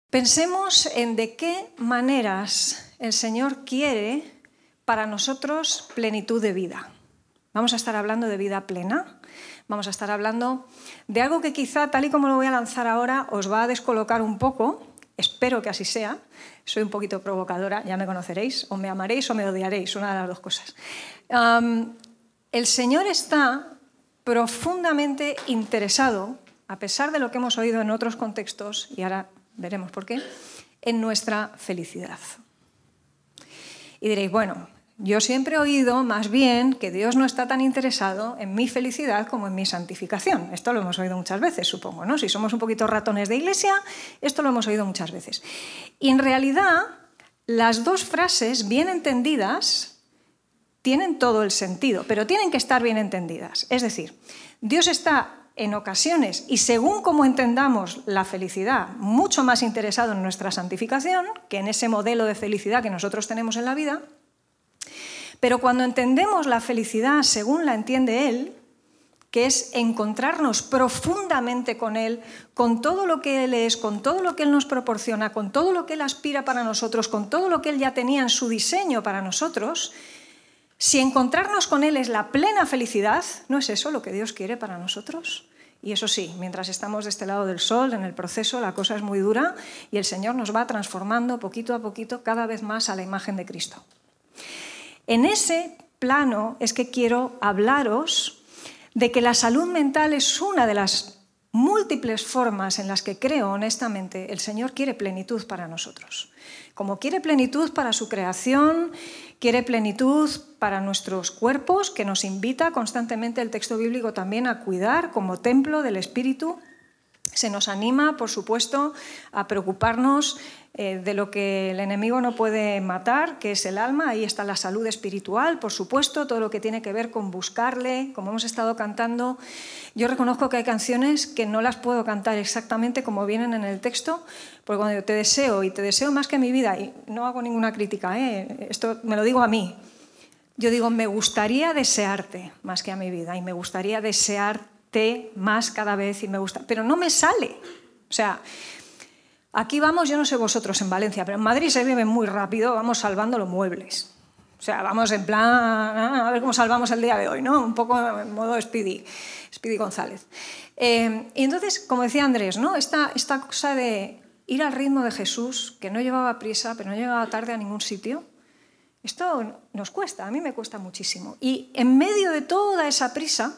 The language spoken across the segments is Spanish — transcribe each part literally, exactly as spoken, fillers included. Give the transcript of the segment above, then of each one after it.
Pensemos en de qué maneras el Señor quiere para nosotros plenitud de vida. Vamos a estar hablando de vida plena, vamos a estar hablando de algo que quizá, tal y como lo voy a lanzar ahora, os va a descolocar un poco, espero que así sea, soy un poquito provocadora, ya me conoceréis, o me amaréis o me odiaréis, una de las dos cosas. Um, el Señor está profundamente interesado, a pesar de lo que hemos oído en otros contextos, y ahora veremos por qué, en nuestra felicidad. Y diréis, bueno, yo siempre he oído más bien que Dios no está tan interesado en mi felicidad como en mi santificación. Esto lo hemos oído muchas veces, supongo, ¿no? Si somos un poquito ratones de iglesia, esto lo hemos oído muchas veces. Y en realidad, las dos frases bien entendidas tienen todo el sentido, pero tienen que estar bien entendidas. Es decir, Dios está en ocasiones, y según como entendamos la felicidad, mucho más interesado en nuestra santificación que en ese modelo de felicidad que nosotros tenemos en la vida. Pero cuando entendemos la felicidad según la entiende Él, que es encontrarnos profundamente con Él, con todo lo que Él es, con todo lo que Él nos proporciona, con todo lo que Él aspira para nosotros, con todo lo que Él ya tenía en su diseño para nosotros, si encontrarnos con Él es la plena felicidad, ¿no es eso lo que Dios quiere para nosotros? Y eso sí, mientras estamos de este lado del sol, en el proceso, la cosa es muy dura y el Señor nos va transformando poquito a poquito cada vez más a la imagen de Cristo. En ese plano es que quiero hablaros de que la salud mental es una de las múltiples formas en las que creo honestamente el Señor quiere plenitud para nosotros. Como quiere plenitud para su creación, quiere plenitud para nuestros cuerpos, que nos invita constantemente el texto bíblico también a cuidar como templo del Espíritu. Se nos anima, por supuesto, a preocuparnos eh, de lo que el enemigo no puede matar, que es el alma. Ahí está la salud espiritual, por supuesto, todo lo que tiene que ver con buscarle, como hemos estado cantando. Yo reconozco que hay canciones que no las puedo cantar exactamente como vienen en el texto, porque cuando yo te deseo y te deseo más que mi vida, y no hago ninguna crítica, ¿eh? Esto me lo digo a mí, yo digo, me gustaría desearte más que a mi vida y me gustaría desearte más cada vez y me gusta, pero no me sale. O sea, aquí vamos, yo no sé vosotros en Valencia, pero en Madrid se vive muy rápido, vamos salvando los muebles. O sea, vamos en plan, a ver cómo salvamos el día de hoy, ¿no? Un poco en modo Speedy, Speedy González. Eh, y entonces, como decía Andrés, ¿no? Esta, esta cosa de ir al ritmo de Jesús, que no llevaba prisa, pero no llegaba tarde a ningún sitio, esto nos cuesta, a mí me cuesta muchísimo. Y en medio de toda esa prisa,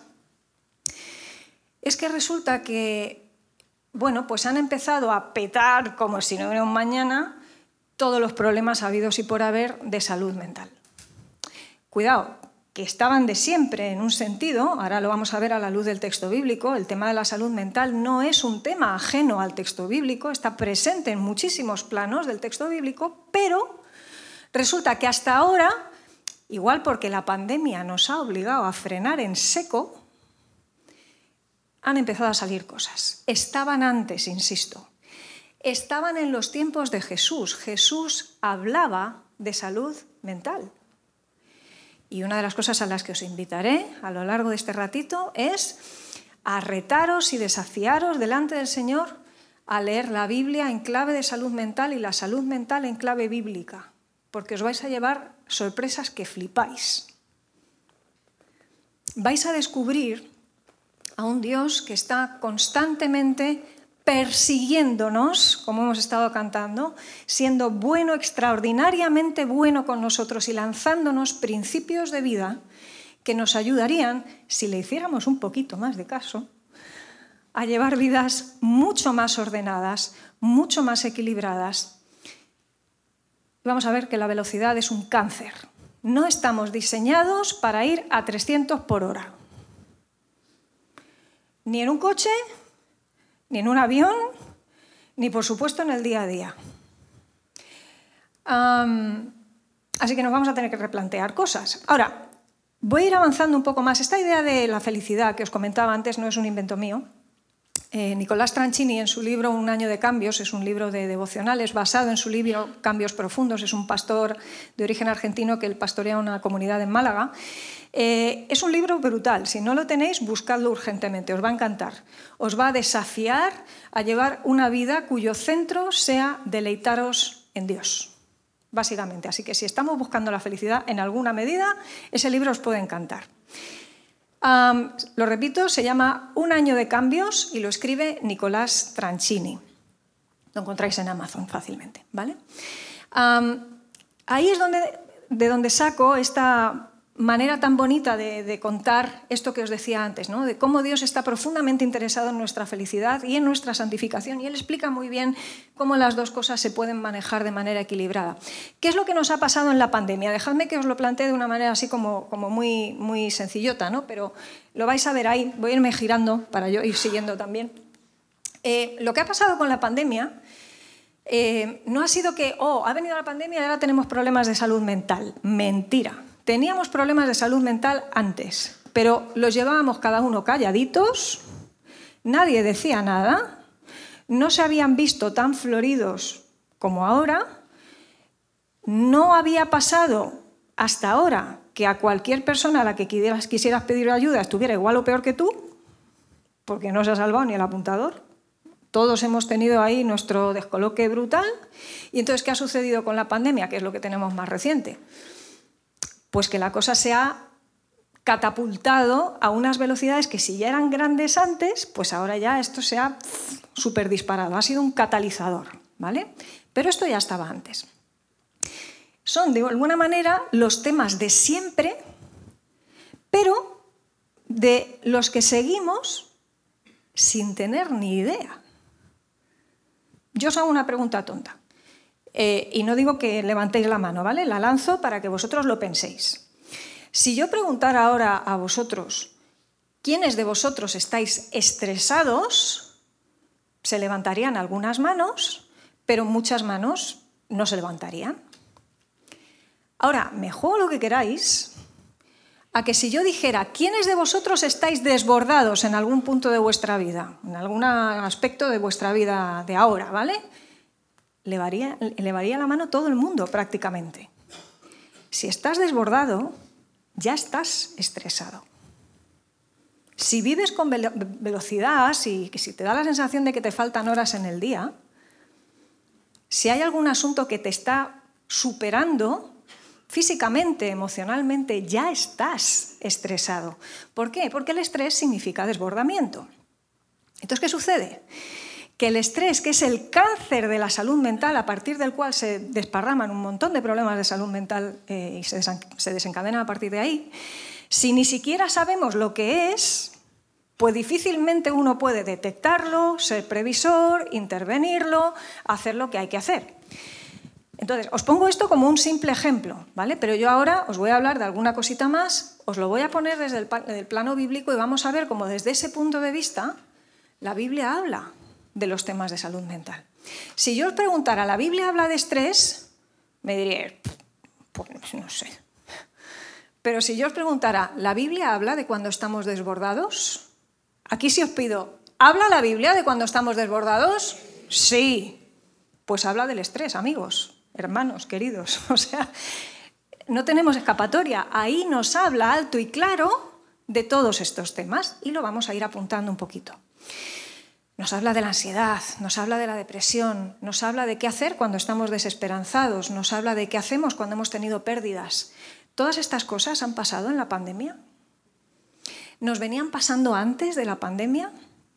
es que resulta que, bueno, pues han empezado a petar, como si no hubiera un mañana, todos los problemas habidos y por haber de salud mental. Cuidado, que estaban de siempre en un sentido, ahora lo vamos a ver a la luz del texto bíblico, el tema de la salud mental no es un tema ajeno al texto bíblico, está presente en muchísimos planos del texto bíblico, pero resulta que hasta ahora, igual porque la pandemia nos ha obligado a frenar en seco, han empezado a salir cosas. Estaban antes, insisto. Estaban en los tiempos de Jesús. Jesús hablaba de salud mental. Y una de las cosas a las que os invitaré a lo largo de este ratito es a retaros y desafiaros delante del Señor a leer la Biblia en clave de salud mental y la salud mental en clave bíblica, porque os vais a llevar sorpresas que flipáis. Vais a descubrir a un Dios que está constantemente persiguiéndonos, como hemos estado cantando, siendo bueno, extraordinariamente bueno con nosotros y lanzándonos principios de vida que nos ayudarían, si le hiciéramos un poquito más de caso, a llevar vidas mucho más ordenadas, mucho más equilibradas. Y vamos a ver que la velocidad es un cáncer. No estamos diseñados para ir a trescientos por hora. Ni en un coche, ni en un avión, ni por supuesto en el día a día. Um, así que nos vamos a tener que replantear cosas. Ahora, voy a ir avanzando un poco más. Esta idea de la felicidad que os comentaba antes no es un invento mío. Eh, Nicolás Tranchini, en su libro Un año de cambios, es un libro de devocionales basado en su libro Cambios profundos, es un pastor de origen argentino que él pastorea una comunidad en Málaga. Eh, es un libro brutal, si no lo tenéis, buscadlo urgentemente, os va a encantar. Os va a desafiar a llevar una vida cuyo centro sea deleitaros en Dios, básicamente. Así que si estamos buscando la felicidad en alguna medida, ese libro os puede encantar. Um, lo repito, se llama Un año de cambios y lo escribe Nicolás Tranchini. Lo encontráis en Amazon fácilmente, ¿vale? Um, ahí es donde, de donde saco esta manera tan bonita de, de contar esto que os decía antes, ¿no? De cómo Dios está profundamente interesado en nuestra felicidad y en nuestra santificación, y Él explica muy bien cómo las dos cosas se pueden manejar de manera equilibrada. ¿Qué es lo que nos ha pasado en la pandemia? Dejadme que os lo plantee de una manera así como, como muy, muy sencillota, ¿no? Pero lo vais a ver ahí, voy a irme girando para yo ir siguiendo también. Eh, lo que ha pasado con la pandemia eh, no ha sido que, oh, ha venido la pandemia y ahora tenemos problemas de salud mental. Mentira. Teníamos problemas de salud mental antes, pero los llevábamos cada uno calladitos, nadie decía nada, no se habían visto tan floridos como ahora, no había pasado hasta ahora que a cualquier persona a la que quisieras, quisieras pedir ayuda estuviera igual o peor que tú, porque no se ha salvado ni el apuntador. Todos hemos tenido ahí nuestro descoloque brutal. Y entonces, ¿qué ha sucedido con la pandemia? Que es lo que tenemos más reciente. Pues que la cosa se ha catapultado a unas velocidades que si ya eran grandes antes, pues ahora ya esto se ha súper disparado, ha sido un catalizador, ¿vale? Pero esto ya estaba antes. Son, de alguna manera, los temas de siempre, pero de los que seguimos sin tener ni idea. Yo os hago una pregunta tonta. Eh, y no digo que levantéis la mano, ¿vale? La lanzo para que vosotros lo penséis. Si yo preguntara ahora a vosotros, ¿quiénes de vosotros estáis estresados? Se levantarían algunas manos, pero muchas manos no se levantarían. Ahora, me juego lo que queráis a que si yo dijera, ¿quiénes de vosotros estáis desbordados en algún punto de vuestra vida? En algún aspecto de vuestra vida de ahora, ¿vale? Levaría, levaría la mano todo el mundo prácticamente. Si estás desbordado, ya estás estresado. Si vives con velo- velocidad, si, si te da la sensación de que te faltan horas en el día, si hay algún asunto que te está superando físicamente, emocionalmente, ya estás estresado. ¿Por qué? Porque el estrés significa desbordamiento. Entonces, ¿qué sucede? Que el estrés, que es el cáncer de la salud mental, a partir del cual se desparraman un montón de problemas de salud mental eh, y se, se desencadenan a partir de ahí, si ni siquiera sabemos lo que es, pues difícilmente uno puede detectarlo, ser previsor, intervenirlo, hacer lo que hay que hacer. Entonces, os pongo esto como un simple ejemplo, ¿vale? Pero yo ahora os voy a hablar de alguna cosita más, os lo voy a poner desde el, el plano bíblico y vamos a ver cómo desde ese punto de vista la Biblia habla de los temas de salud mental. Si yo os preguntara, ¿la Biblia habla de estrés? Me diríais, pues no sé. Pero si yo os preguntara, ¿la Biblia habla de cuando estamos desbordados? Aquí sí os pido, ¿habla la Biblia de cuando estamos desbordados? Sí. Pues habla del estrés, amigos, hermanos, queridos. O sea, no tenemos escapatoria. Ahí nos habla alto y claro de todos estos temas y lo vamos a ir apuntando un poquito. Nos habla de la ansiedad, nos habla de la depresión, nos habla de qué hacer cuando estamos desesperanzados, nos habla de qué hacemos cuando hemos tenido pérdidas. Todas estas cosas han pasado en la pandemia. ¿Nos venían pasando antes de la pandemia?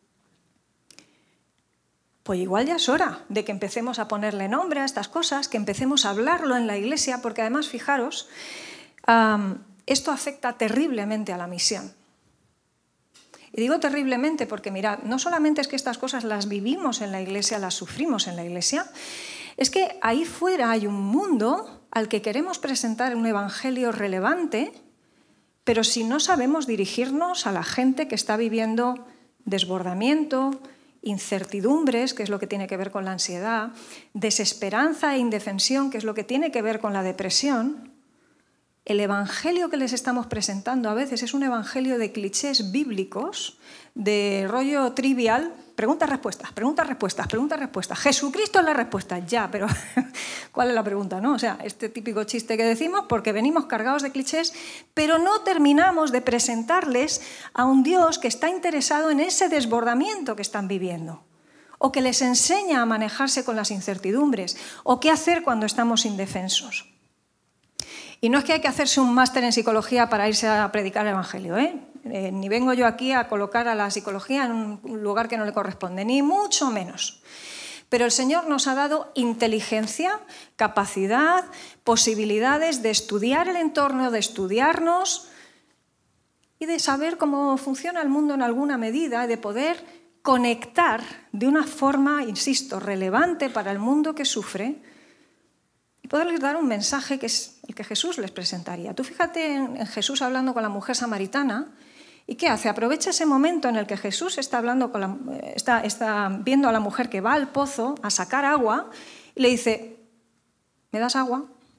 Pues igual ya es hora de que empecemos a ponerle nombre a estas cosas, que empecemos a hablarlo en la Iglesia, porque además, fijaros, um, esto afecta terriblemente a la misión. Y digo terriblemente porque, mirad, no solamente es que estas cosas las vivimos en la Iglesia, las sufrimos en la Iglesia, es que ahí fuera hay un mundo al que queremos presentar un evangelio relevante, pero si no sabemos dirigirnos a la gente que está viviendo desbordamiento, incertidumbres, que es lo que tiene que ver con la ansiedad, desesperanza e indefensión, que es lo que tiene que ver con la depresión, el evangelio que les estamos presentando a veces es un evangelio de clichés bíblicos, de rollo trivial, preguntas, respuestas, preguntas, respuestas, preguntas, respuestas. Jesucristo es la respuesta, ya, pero ¿cuál es la pregunta, no? O sea, este típico chiste que decimos porque venimos cargados de clichés, pero no terminamos de presentarles a un Dios que está interesado en ese desbordamiento que están viviendo, o que les enseña a manejarse con las incertidumbres, o qué hacer cuando estamos indefensos. Y no es que hay que hacerse un máster en psicología para irse a predicar el Evangelio, ¿eh? Eh, ni vengo yo aquí a colocar a la psicología en un lugar que no le corresponde, ni mucho menos. Pero el Señor nos ha dado inteligencia, capacidad, posibilidades de estudiar el entorno, de estudiarnos y de saber cómo funciona el mundo en alguna medida y de poder conectar de una forma, insisto, relevante para el mundo que sufre y poderles dar un mensaje que es el que Jesús les presentaría. Tú fíjate en, en Jesús hablando con la mujer samaritana. ¿Y qué hace? Aprovecha ese momento en el que Jesús está, hablando con la, está, está viendo a la mujer que va al pozo a sacar agua y le dice, ¿me das agua?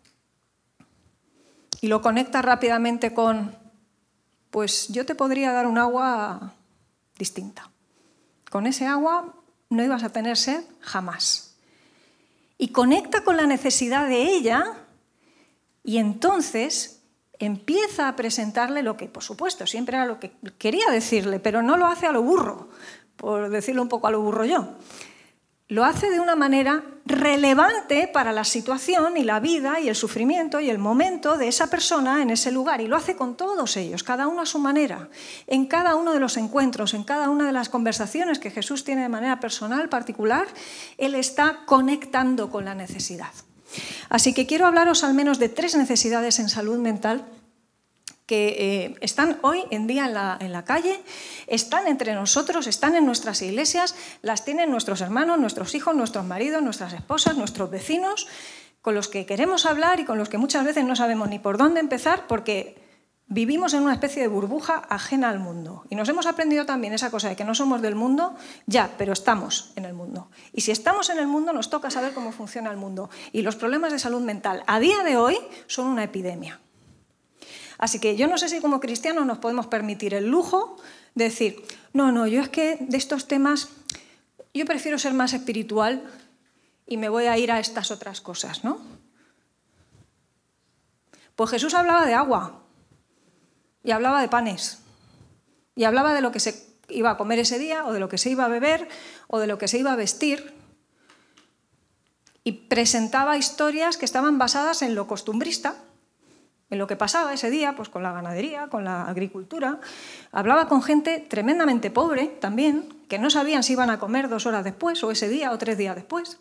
Y lo conecta rápidamente con, pues yo te podría dar un agua distinta. Con ese agua no ibas a tener sed jamás. Y conecta con la necesidad de ella y entonces empieza a presentarle lo que, por supuesto, siempre era lo que quería decirle, pero no lo hace a lo burro, por decirlo un poco a lo burro yo. Lo hace de una manera relevante para la situación y la vida y el sufrimiento y el momento de esa persona en ese lugar. Y lo hace con todos ellos, cada uno a su manera, en cada uno de los encuentros, en cada una de las conversaciones que Jesús tiene de manera personal, particular, Él está conectando con la necesidad. Así que quiero hablaros al menos de tres necesidades en salud mental que eh, están hoy en día en la, en la calle, están entre nosotros, están en nuestras iglesias, las tienen nuestros hermanos, nuestros hijos, nuestros maridos, nuestras esposas, nuestros vecinos, con los que queremos hablar y con los que muchas veces no sabemos ni por dónde empezar porque vivimos en una especie de burbuja ajena al mundo. Y nos hemos aprendido también esa cosa de que no somos del mundo, ya, pero estamos en el mundo. Y si estamos en el mundo, nos toca saber cómo funciona el mundo. Y los problemas de salud mental a día de hoy son una epidemia. Así que yo no sé si como cristianos nos podemos permitir el lujo de decir, no, no, yo es que de estos temas, yo prefiero ser más espiritual y me voy a ir a estas otras cosas, ¿no? Pues Jesús hablaba de agua. Y hablaba de panes, y hablaba de lo que se iba a comer ese día, o de lo que se iba a beber, o de lo que se iba a vestir. Y presentaba historias que estaban basadas en lo costumbrista, en lo que pasaba ese día, pues con la ganadería, con la agricultura. Hablaba con gente tremendamente pobre también, que no sabían si iban a comer dos horas después, o ese día, o tres días después.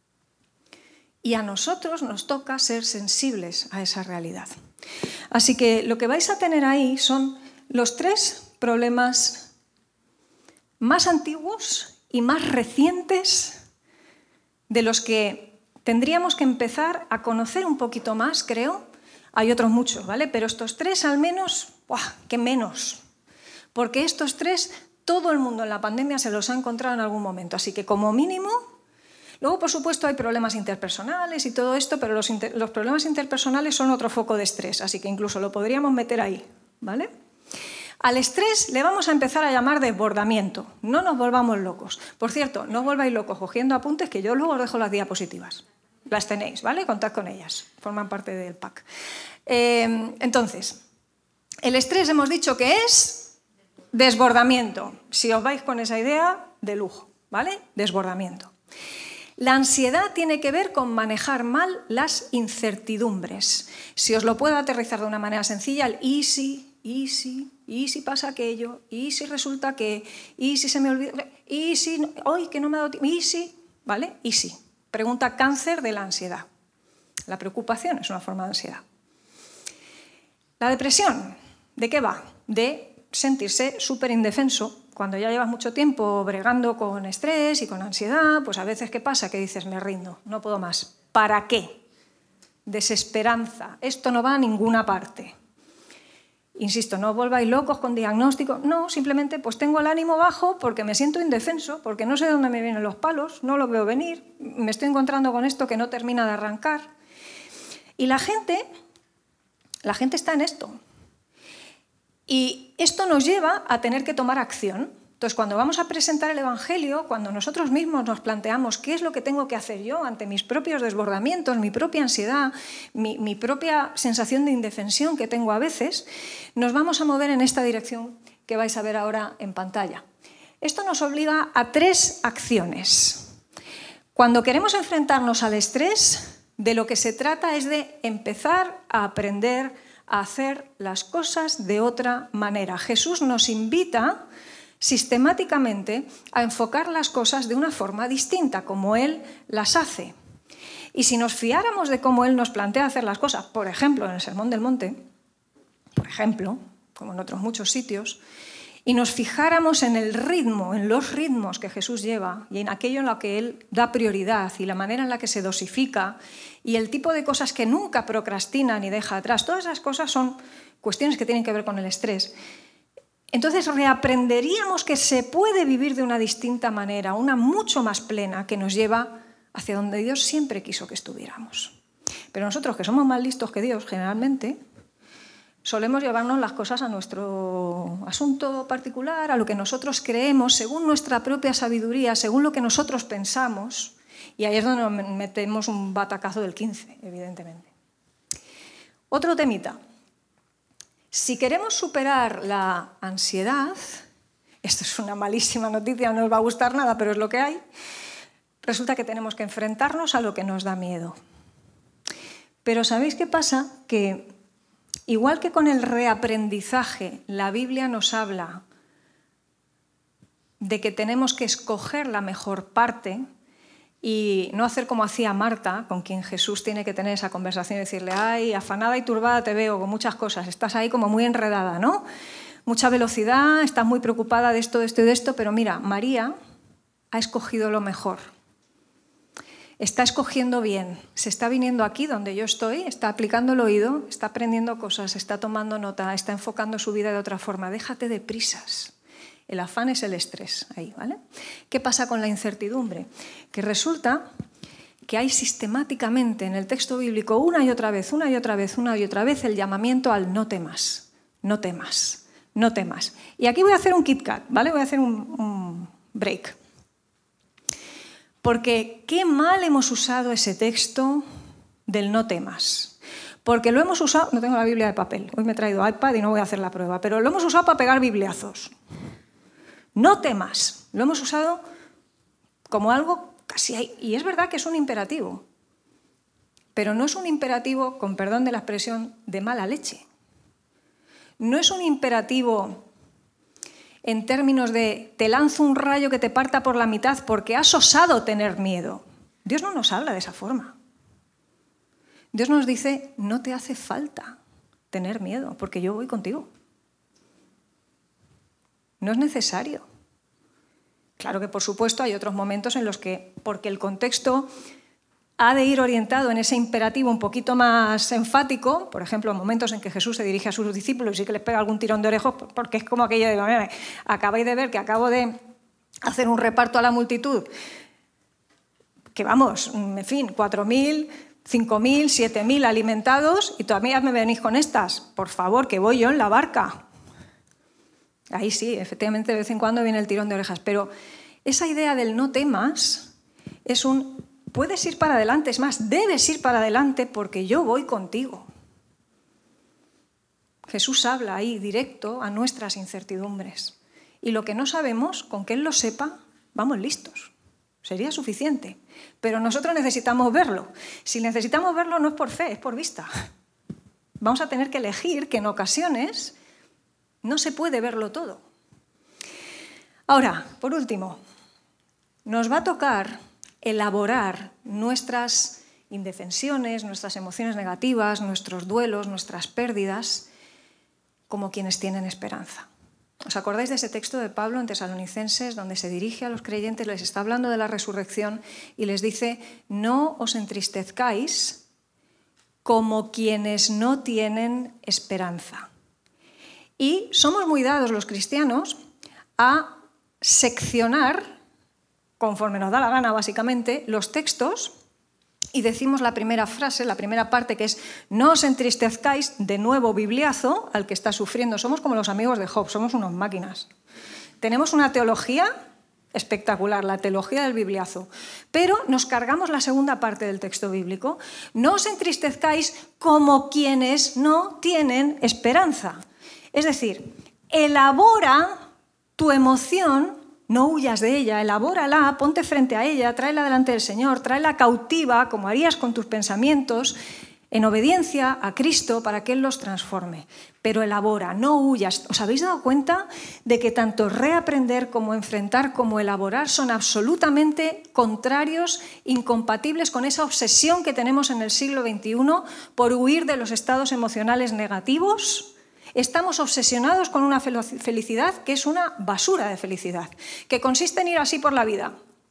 Y a nosotros nos toca ser sensibles a esa realidad. Así que lo que vais a tener ahí son los tres problemas más antiguos y más recientes de los que tendríamos que empezar a conocer un poquito más, creo. Hay otros muchos, ¿vale? Pero estos tres al menos, ¡buah!, ¡qué menos! Porque estos tres, todo el mundo en la pandemia se los ha encontrado en algún momento. Así que como mínimo... Luego, por supuesto, hay problemas interpersonales y todo esto, pero los, inter- los problemas interpersonales son otro foco de estrés, así que incluso lo podríamos meter ahí, ¿vale? Al estrés le vamos a empezar a llamar desbordamiento, no nos volvamos locos. Por cierto, no os volváis locos cogiendo apuntes, que yo luego os dejo las diapositivas. Las tenéis, ¿vale? Contad con ellas, forman parte del pack. Eh, entonces, el estrés hemos dicho que es desbordamiento. Si os vais con esa idea, de lujo, ¿vale? Desbordamiento. La ansiedad tiene que ver con manejar mal las incertidumbres. Si os lo puedo aterrizar de una manera sencilla, el y si, y si, y si pasa aquello, y si resulta que, y si se me olvida, y si, hoy que no me ha dado tiempo, y si, ¿vale? Y si. Pregunta cáncer de la ansiedad. La preocupación es una forma de ansiedad. La depresión, ¿de qué va? De sentirse súper indefenso. Cuando ya llevas mucho tiempo bregando con estrés y con ansiedad, pues a veces ¿qué pasa? Que dices, me rindo, no puedo más. ¿Para qué? Desesperanza. Esto no va a ninguna parte. Insisto, no os volváis locos con diagnóstico. No, simplemente pues tengo el ánimo bajo porque me siento indefenso, porque no sé de dónde me vienen los palos, no los veo venir, me estoy encontrando con esto que no termina de arrancar. Y la gente, la gente está en esto. Y esto nos lleva a tener que tomar acción. Entonces, cuando vamos a presentar el Evangelio, cuando nosotros mismos nos planteamos qué es lo que tengo que hacer yo ante mis propios desbordamientos, mi propia ansiedad, mi, mi propia sensación de indefensión que tengo a veces, nos vamos a mover en esta dirección que vais a ver ahora en pantalla. Esto nos obliga a tres acciones. Cuando queremos enfrentarnos al estrés, de lo que se trata es de empezar a aprender a hacer las cosas de otra manera. Jesús nos invita sistemáticamente a enfocar las cosas de una forma distinta, como Él las hace. Y si nos fiáramos de cómo Él nos plantea hacer las cosas, por ejemplo, en el Sermón del Monte, por ejemplo, como en otros muchos sitios, y nos fijáramos en el ritmo, en los ritmos que Jesús lleva y en aquello en lo que Él da prioridad y la manera en la que se dosifica y el tipo de cosas que nunca procrastina ni deja atrás, todas esas cosas son cuestiones que tienen que ver con el estrés. Entonces reaprenderíamos que se puede vivir de una distinta manera, una mucho más plena, que nos lleva hacia donde Dios siempre quiso que estuviéramos. Pero nosotros, que somos más listos que Dios generalmente, solemos llevarnos las cosas a nuestro asunto particular, a lo que nosotros creemos, según nuestra propia sabiduría, según lo que nosotros pensamos, y ahí es donde nos metemos un batacazo del quince, evidentemente. Otro temita. Si queremos superar la ansiedad, esto es una malísima noticia, no os va a gustar nada, pero es lo que hay, resulta que tenemos que enfrentarnos a lo que nos da miedo. Pero ¿sabéis qué pasa? Que igual que con el reaprendizaje, la Biblia nos habla de que tenemos que escoger la mejor parte y no hacer como hacía Marta, con quien Jesús tiene que tener esa conversación y decirle: ay, afanada y turbada te veo con muchas cosas, estás ahí como muy enredada, ¿no? Mucha velocidad, estás muy preocupada de esto, de esto y de esto, pero mira, María ha escogido lo mejor. Está escogiendo bien, se está viniendo aquí donde yo estoy, está aplicando el oído, está aprendiendo cosas, está tomando nota, está enfocando su vida de otra forma. Déjate de prisas. El afán es el estrés ahí, ¿vale? ¿Qué pasa con la incertidumbre? Que resulta que hay sistemáticamente en el texto bíblico una y otra vez, una y otra vez, una y otra vez el llamamiento al no temas, no temas, no temas. Y aquí voy a hacer un Kit Kat, ¿vale? Voy a hacer un, un break. Porque qué mal hemos usado ese texto del no temas. Porque lo hemos usado, no tengo la Biblia de papel, hoy me he traído iPad y no voy a hacer la prueba, pero lo hemos usado para pegar bibliazos. No temas, lo hemos usado como algo casi ahí. Y es verdad que es un imperativo, pero no es un imperativo, con perdón de la expresión, de mala leche. No es un imperativo en términos de te lanzo un rayo que te parta por la mitad porque has osado tener miedo. Dios no nos habla de esa forma. Dios nos dice: no te hace falta tener miedo porque yo voy contigo. No es necesario. Claro que, por supuesto, hay otros momentos en los que, porque el contexto ha de ir orientado en ese imperativo un poquito más enfático, por ejemplo, en momentos en que Jesús se dirige a sus discípulos y sí que les pega algún tirón de orejas, porque es como aquello de: acabáis de ver que acabo de hacer un reparto a la multitud, que vamos, en fin, cuatro mil, cinco mil, siete mil alimentados y todavía me venís con estas. Por favor, que voy yo en la barca. Ahí sí, efectivamente, de vez en cuando viene el tirón de orejas. Pero esa idea del no temas es un: puedes ir para adelante, es más, debes ir para adelante porque yo voy contigo. Jesús habla ahí directo a nuestras incertidumbres. Y lo que no sabemos, con que Él lo sepa, vamos listos. Sería suficiente. Pero nosotros necesitamos verlo. Si necesitamos verlo no es por fe, es por vista. Vamos a tener que elegir que en ocasiones no se puede verlo todo. Ahora, por último, nos va a tocar elaborar nuestras indefensiones, nuestras emociones negativas, nuestros duelos, nuestras pérdidas, como quienes tienen esperanza. ¿Os acordáis de ese texto de Pablo en Tesalonicenses, donde se dirige a los creyentes, les está hablando de la resurrección y les dice: no os entristezcáis como quienes no tienen esperanza? Y somos muy dados los cristianos a seccionar, conforme nos da la gana básicamente, los textos y decimos la primera frase, la primera parte, que es: no os entristezcáis, de nuevo bibliazo al que está sufriendo. Somos como los amigos de Job, somos unos máquinas. Tenemos una teología espectacular, la teología del bibliazo, pero nos cargamos la segunda parte del texto bíblico. No os entristezcáis como quienes no tienen esperanza. Es decir, elabora tu emoción, no huyas de ella, elabórala, ponte frente a ella, tráela delante del Señor, tráela cautiva, como harías con tus pensamientos, en obediencia a Cristo para que Él los transforme. Pero elabora, no huyas. ¿Os habéis dado cuenta de que tanto reaprender como enfrentar como elaborar son absolutamente contrarios, incompatibles con esa obsesión que tenemos en el siglo veintiuno por huir de los estados emocionales negativos? Estamos obsesionados con una felicidad que es una basura de felicidad, que consiste en ir así por la vida.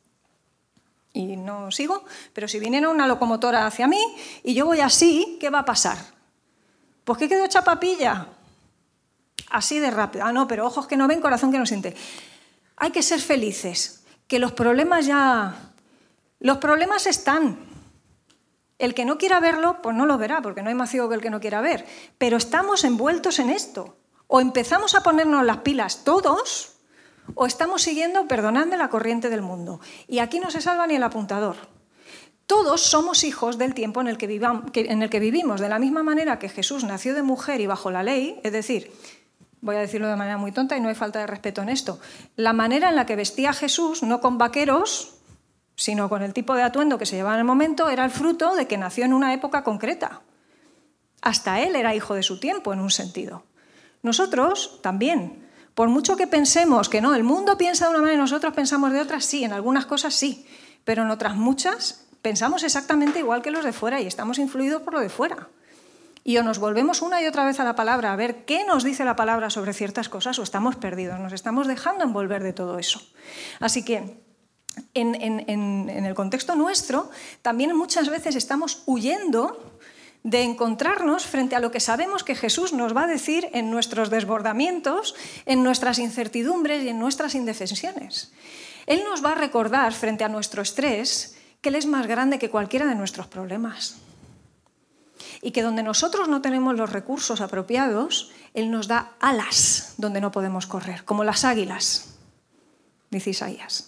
Y no sigo, pero si viniera una locomotora hacia mí y yo voy así, ¿qué va a pasar? Pues que quedo hecha papilla. Así de rápido. Ah, no, pero ojos que no ven, corazón que no siente. Hay que ser felices, que los problemas ya... Los problemas están. El que no quiera verlo, pues no lo verá, porque no hay más ciego que el que no quiera ver. Pero estamos envueltos en esto. O empezamos a ponernos las pilas todos, o estamos siguiendo, perdonadme, la corriente del mundo. Y aquí no se salva ni el apuntador. Todos somos hijos del tiempo en el que, vivam, que, en el que vivimos, de la misma manera que Jesús nació de mujer y bajo la ley, es decir, voy a decirlo de manera muy tonta y no hay falta de respeto en esto, la manera en la que vestía Jesús, no con vaqueros, sino con el tipo de atuendo que se llevaba en el momento, era el fruto de que nació en una época concreta. Hasta él era hijo de su tiempo, en un sentido. Nosotros también. Por mucho que pensemos que no, el mundo piensa de una manera y nosotros pensamos de otra, sí, en algunas cosas sí, pero en otras muchas pensamos exactamente igual que los de fuera y estamos influidos por lo de fuera. Y o nos volvemos una y otra vez a la palabra a ver qué nos dice la palabra sobre ciertas cosas o estamos perdidos, nos estamos dejando envolver de todo eso. Así que en, en, en, en el contexto nuestro también muchas veces estamos huyendo de encontrarnos frente a lo que sabemos que Jesús nos va a decir en nuestros desbordamientos, en nuestras incertidumbres y en nuestras indefensiones. Él nos va a recordar frente a nuestro estrés que Él es más grande que cualquiera de nuestros problemas. Y que donde nosotros no tenemos los recursos apropiados, Él nos da alas donde no podemos correr, como las águilas, dice Isaías.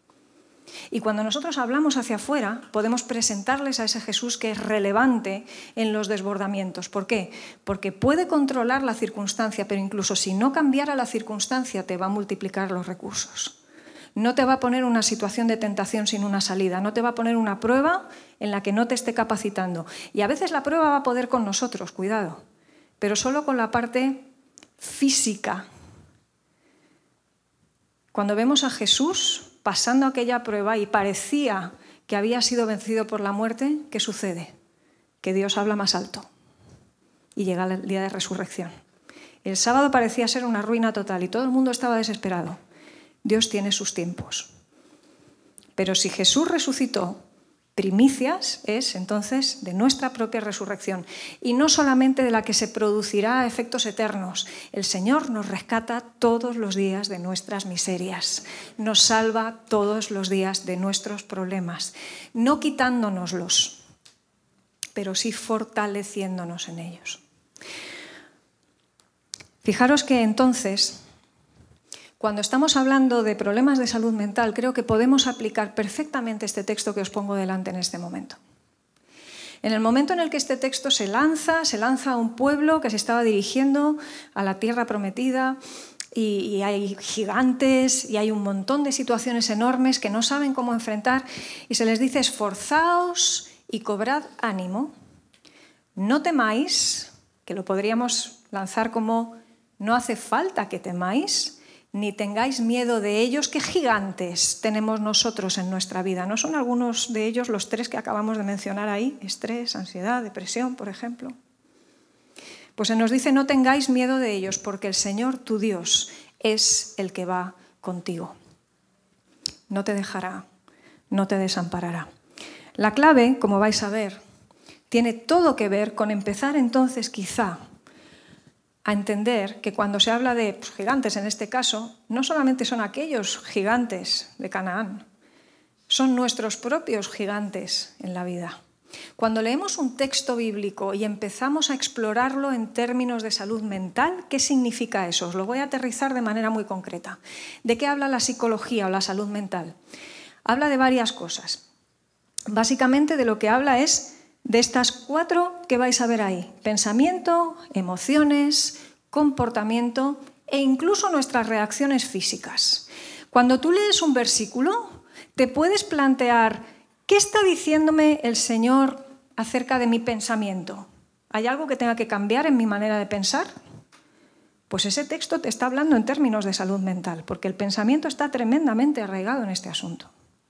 Y cuando nosotros hablamos hacia afuera, podemos presentarles a ese Jesús que es relevante en los desbordamientos. ¿Por qué? Porque puede controlar la circunstancia, pero incluso si no cambiara la circunstancia, te va a multiplicar los recursos. No te va a poner una situación de tentación sin una salida, no te va a poner una prueba en la que no te esté capacitando. Y a veces la prueba va a poder con nosotros, cuidado, pero solo con la parte física. Cuando vemos a Jesús pasando aquella prueba y parecía que había sido vencido por la muerte, ¿qué sucede? Que Dios habla más alto y llega el día de resurrección. El sábado parecía ser una ruina total y todo el mundo estaba desesperado. Dios tiene sus tiempos. Pero si Jesús resucitó, primicias es entonces de nuestra propia resurrección y no solamente de la que se producirá a efectos eternos. El Señor nos rescata todos los días de nuestras miserias, nos salva todos los días de nuestros problemas, no quitándonoslos, pero sí fortaleciéndonos en ellos. Fijaros que entonces, cuando estamos hablando de problemas de salud mental, creo que podemos aplicar perfectamente este texto que os pongo delante en este momento. En el momento en el que este texto se lanza, se lanza a un pueblo que se estaba dirigiendo a la tierra prometida y, y hay gigantes y hay un montón de situaciones enormes que no saben cómo enfrentar y se les dice esforzaos y cobrad ánimo, no temáis, que lo podríamos lanzar como no hace falta que temáis, ni tengáis miedo de ellos. ¿Qué gigantes tenemos nosotros en nuestra vida? ¿No son algunos de ellos los tres que acabamos de mencionar ahí? Estrés, ansiedad, depresión, por ejemplo. Pues se nos dice, no tengáis miedo de ellos, porque el Señor, tu Dios, es el que va contigo. No te dejará, no te desamparará. La clave, como vais a ver, tiene todo que ver con empezar entonces quizá a entender que cuando se habla de pues, gigantes en este caso, no solamente son aquellos gigantes de Canaán, son nuestros propios gigantes en la vida. Cuando leemos un texto bíblico y empezamos a explorarlo en términos de salud mental, ¿qué significa eso? Os lo voy a aterrizar de manera muy concreta. ¿De qué habla la psicología o la salud mental? Habla de varias cosas. Básicamente de lo que habla es de estas cuatro que vais a ver ahí. Pensamiento, emociones, comportamiento e incluso nuestras reacciones físicas. Cuando tú lees un versículo, te puedes plantear, ¿qué está diciéndome el Señor acerca de mi pensamiento? ¿Hay algo que tenga que cambiar en mi manera de pensar? Pues ese texto te está hablando en términos de salud mental, porque el pensamiento está tremendamente arraigado en este asunto.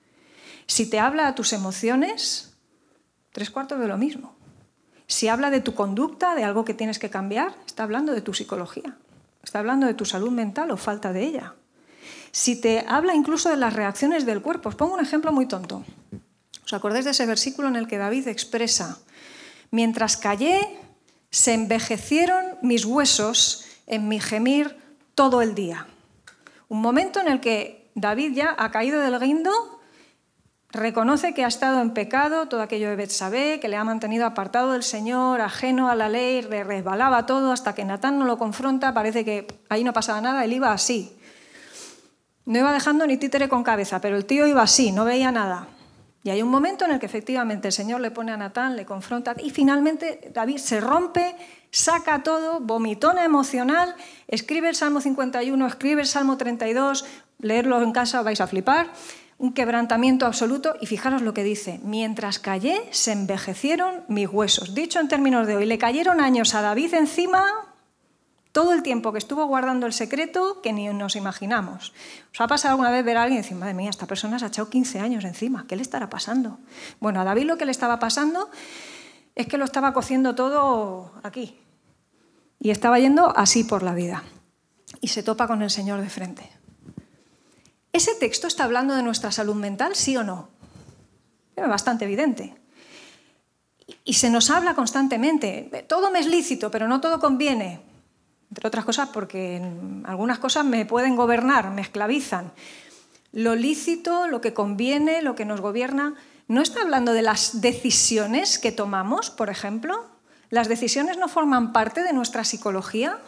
Si te habla a tus emociones, tres cuartos de lo mismo. Si habla de tu conducta, de algo que tienes que cambiar, está hablando de tu psicología, está hablando de tu salud mental o falta de ella. Si te habla incluso de las reacciones del cuerpo, os pongo un ejemplo muy tonto. ¿Os acordáis de ese versículo en el que David expresa: mientras callé, se envejecieron mis huesos en mi gemir todo el día? Un momento en el que David ya ha caído del guindo, reconoce que ha estado en pecado, todo aquello de Betsabé, que le ha mantenido apartado del Señor, ajeno a la ley, le resbalaba todo hasta que Natán no lo confronta, parece que ahí no pasaba nada, él iba así. No iba dejando ni títere con cabeza, pero el tío iba así, no veía nada. Y hay un momento en el que efectivamente el Señor le pone a Natán, le confronta y finalmente David se rompe, saca todo, vomitona emocional, escribe el Salmo cincuenta y uno, escribe el Salmo treinta y dos, leerlo en casa vais a flipar, un quebrantamiento absoluto y fijaros lo que dice: mientras callé se envejecieron mis huesos. Dicho en términos de hoy, le cayeron años a David encima todo el tiempo que estuvo guardando el secreto que ni nos imaginamos. ¿Os ha pasado alguna vez ver a alguien y decir, madre mía, esta persona se ha echado quince años encima, ¿qué le estará pasando? Bueno, a David lo que le estaba pasando es que lo estaba cociendo todo aquí y estaba yendo así por la vida y se topa con el Señor de frente. ¿Ese texto está hablando de nuestra salud mental, sí o no? Es bastante evidente. Y se nos habla constantemente, todo me es lícito, pero no todo conviene. Entre otras cosas porque algunas cosas me pueden gobernar, me esclavizan. Lo lícito, lo que conviene, lo que nos gobierna, ¿no está hablando de las decisiones que tomamos, por ejemplo? ¿Las decisiones no forman parte de nuestra psicología?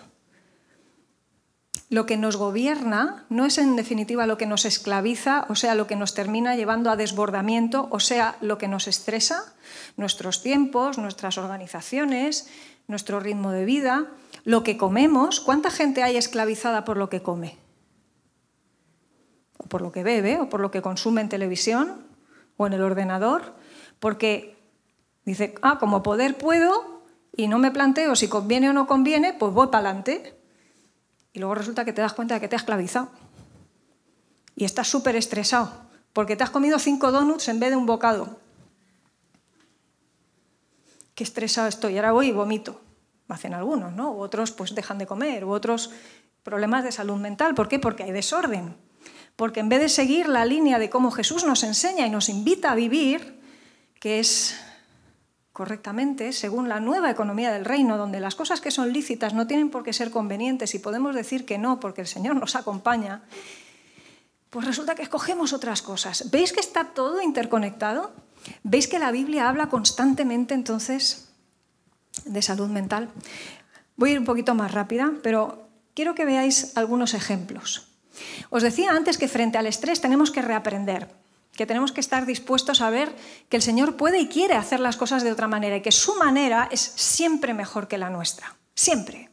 Lo que nos gobierna no es en definitiva lo que nos esclaviza, o sea, lo que nos termina llevando a desbordamiento, o sea, lo que nos estresa, nuestros tiempos, nuestras organizaciones, nuestro ritmo de vida, lo que comemos. ¿Cuánta gente hay esclavizada por lo que come? O por lo que bebe, o por lo que consume en televisión, o en el ordenador, porque dice, ah, como poder puedo, y no me planteo si conviene o no conviene, pues voy para adelante. Y luego resulta que te das cuenta de que te has esclavizado. Y estás súper estresado, porque te has comido cinco donuts en vez de un bocado. Qué estresado estoy, ahora voy y vomito. Hacen algunos, ¿no? U otros pues dejan de comer, u otros problemas de salud mental. ¿Por qué? Porque hay desorden. Porque en vez de seguir la línea de cómo Jesús nos enseña y nos invita a vivir, que es correctamente, según la nueva economía del reino, donde las cosas que son lícitas no tienen por qué ser convenientes y podemos decir que no porque el Señor nos acompaña, pues resulta que escogemos otras cosas. ¿Veis que está todo interconectado? ¿Veis que la Biblia habla constantemente entonces de salud mental? Voy a ir un poquito más rápida, pero quiero que veáis algunos ejemplos. Os decía antes que frente al estrés tenemos que reaprender, que tenemos que estar dispuestos a ver que el Señor puede y quiere hacer las cosas de otra manera y que su manera es siempre mejor que la nuestra, siempre.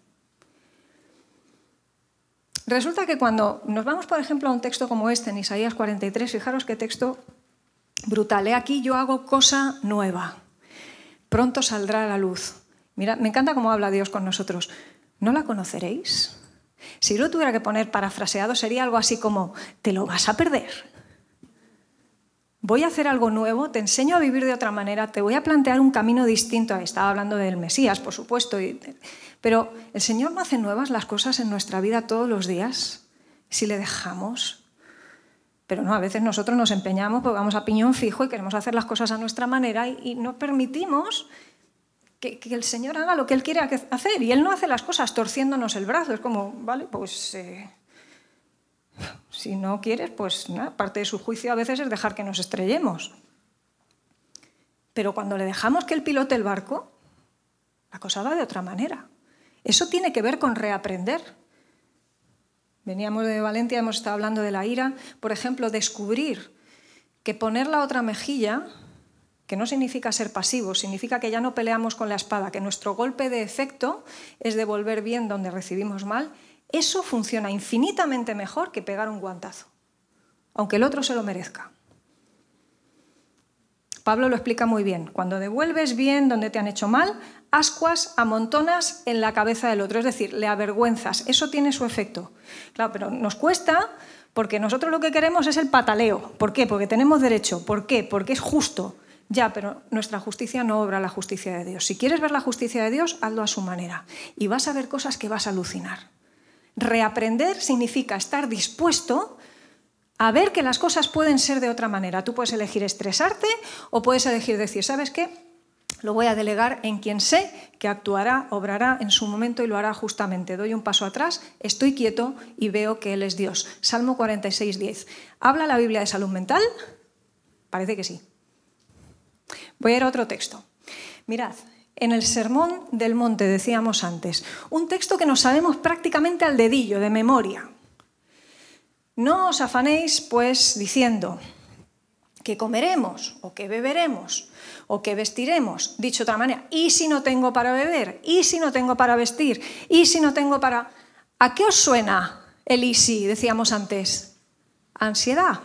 Resulta que cuando nos vamos, por ejemplo, a un texto como este, en Isaías cuarenta y tres, fijaros qué texto brutal. He aquí yo hago cosa nueva, pronto saldrá a la luz. Mira, me encanta cómo habla Dios con nosotros. ¿No la conoceréis? Si lo tuviera que poner parafraseado, sería algo así como, te lo vas a perder. Voy a hacer algo nuevo, te enseño a vivir de otra manera, te voy a plantear un camino distinto. Estaba hablando del Mesías, por supuesto, y, pero el Señor no hace nuevas las cosas en nuestra vida todos los días, si le dejamos. Pero no, a veces nosotros nos empeñamos porque vamos a piñón fijo y queremos hacer las cosas a nuestra manera y, y no permitimos que, que el Señor haga lo que Él quiere hacer. Y Él no hace las cosas torciéndonos el brazo. Es como, vale, pues... Eh, si no quieres, pues nada, parte de su juicio a veces es dejar que nos estrellemos. Pero cuando le dejamos que él pilote el barco, la cosa va de otra manera. Eso tiene que ver con reaprender. Veníamos de Valencia, hemos estado hablando de la ira. Por ejemplo, descubrir que poner la otra mejilla, que no significa ser pasivos, significa que ya no peleamos con la espada, que nuestro golpe de efecto es devolver bien donde recibimos mal, eso funciona infinitamente mejor que pegar un guantazo, aunque el otro se lo merezca. Pablo lo explica muy bien. Cuando devuelves bien donde te han hecho mal, ascuas amontonas en la cabeza del otro, es decir, le avergüenzas. Eso tiene su efecto. Claro, pero nos cuesta porque nosotros lo que queremos es el pataleo. ¿Por qué? Porque tenemos derecho. ¿Por qué? Porque es justo. Ya, pero nuestra justicia no obra la justicia de Dios. Si quieres ver la justicia de Dios, hazlo a su manera. Y vas a ver cosas que vas a alucinar. Reaprender significa estar dispuesto a ver que las cosas pueden ser de otra manera. Tú puedes elegir estresarte o puedes elegir decir, ¿sabes qué? Lo voy a delegar en quien sé que actuará, obrará en su momento y lo hará justamente. Doy un paso atrás, estoy quieto y veo que Él es Dios. Salmo cuarenta y seis, diez. ¿Habla la Biblia de salud mental? Parece que sí. Voy a ir a otro texto. Mirad, en el Sermón del Monte decíamos antes, un texto que nos sabemos prácticamente al dedillo, de memoria. No os afanéis, pues, diciendo que comeremos o que beberemos o que vestiremos, dicho de otra manera, ¿y si no tengo para beber? ¿Y si no tengo para vestir? ¿Y si no tengo para...? ¿A qué os suena el y si, decíamos antes? Ansiedad.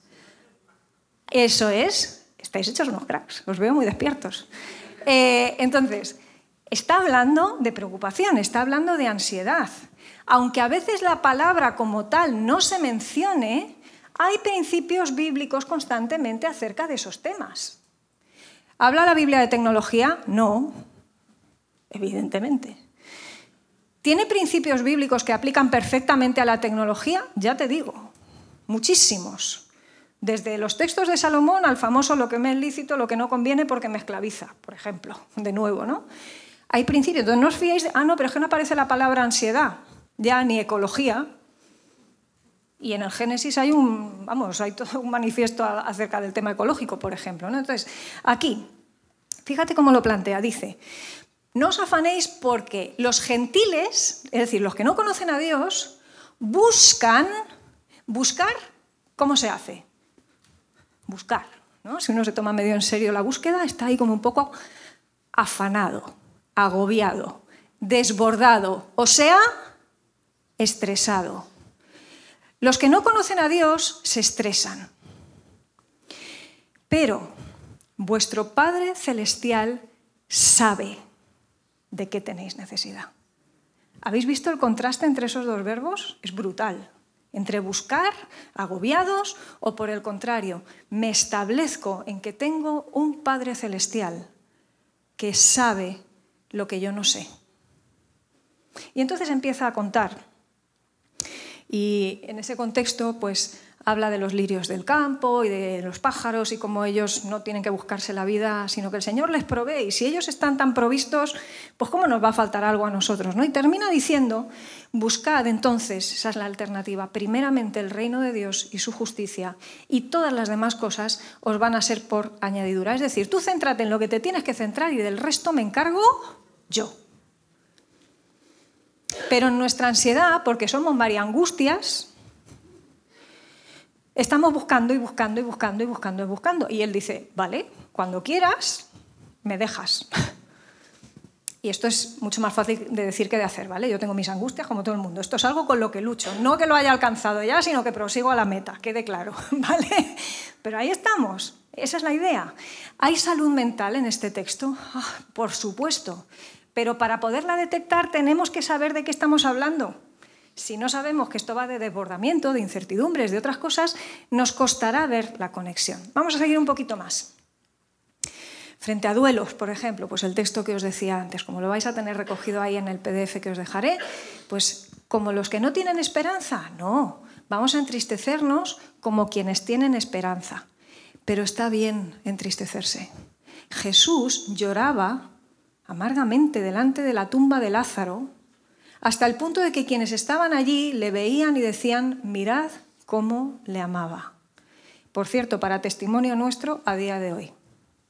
Eso es, estáis hechos unos cracks, os veo muy despiertos. Eh, entonces, está hablando de preocupación, está hablando de ansiedad. Aunque a veces la palabra como tal no se mencione, hay principios bíblicos constantemente acerca de esos temas. ¿Habla la Biblia de tecnología? No, evidentemente. ¿Tiene principios bíblicos que aplican perfectamente a la tecnología? Ya te digo, muchísimos. Desde los textos de Salomón al famoso lo que me es lícito, lo que no conviene porque me esclaviza, por ejemplo, de nuevo, ¿no? Hay principios, entonces no os fiéis de, ah, no, pero es que no aparece la palabra ansiedad, ya ni ecología. Y en el Génesis hay un, vamos, hay todo un manifiesto acerca del tema ecológico, por ejemplo, ¿no? Entonces, aquí, fíjate cómo lo plantea, dice, no os afanéis porque los gentiles, es decir, los que no conocen a Dios, buscan, buscar, ¿cómo se hace? Buscar, ¿no? Si uno se toma medio en serio la búsqueda, está ahí como un poco afanado, agobiado, desbordado, o sea, estresado. Los que no conocen a Dios se estresan. Pero vuestro Padre Celestial sabe de qué tenéis necesidad. ¿Habéis visto el contraste entre esos dos verbos? Es brutal. Entre buscar, agobiados, o por el contrario, me establezco en que tengo un Padre Celestial que sabe lo que yo no sé. Y entonces empieza a contar. Y en ese contexto, pues, habla de los lirios del campo y de los pájaros y cómo ellos no tienen que buscarse la vida, sino que el Señor les provee. Y si ellos están tan provistos, pues ¿cómo nos va a faltar algo a nosotros, ¿no? Y termina diciendo, buscad entonces, esa es la alternativa, primeramente el reino de Dios y su justicia, y todas las demás cosas os van a ser por añadidura. Es decir, tú céntrate en lo que te tienes que centrar y del resto me encargo yo. Pero en nuestra ansiedad, porque somos mariangustias, estamos buscando y buscando y buscando y buscando y buscando. Y él dice, vale, cuando quieras, me dejas. Y esto es mucho más fácil de decir que de hacer, ¿vale? Yo tengo mis angustias como todo el mundo. Esto es algo con lo que lucho. No que lo haya alcanzado ya, sino que prosigo a la meta, quede claro, ¿vale? Pero ahí estamos. Esa es la idea. ¿Hay salud mental en este texto? Oh, por supuesto. Pero para poderla detectar tenemos que saber de qué estamos hablando. Si no sabemos que esto va de desbordamiento, de incertidumbres, de otras cosas, nos costará ver la conexión. Vamos a seguir un poquito más. Frente a duelos, por ejemplo, pues el texto que os decía antes, como lo vais a tener recogido ahí en el P D F que os dejaré, pues como los que no tienen esperanza, no, vamos a entristecernos como quienes tienen esperanza. Pero está bien entristecerse. Jesús lloraba amargamente delante de la tumba de Lázaro, hasta el punto de que quienes estaban allí le veían y decían, mirad cómo le amaba. Por cierto, para testimonio nuestro a día de hoy.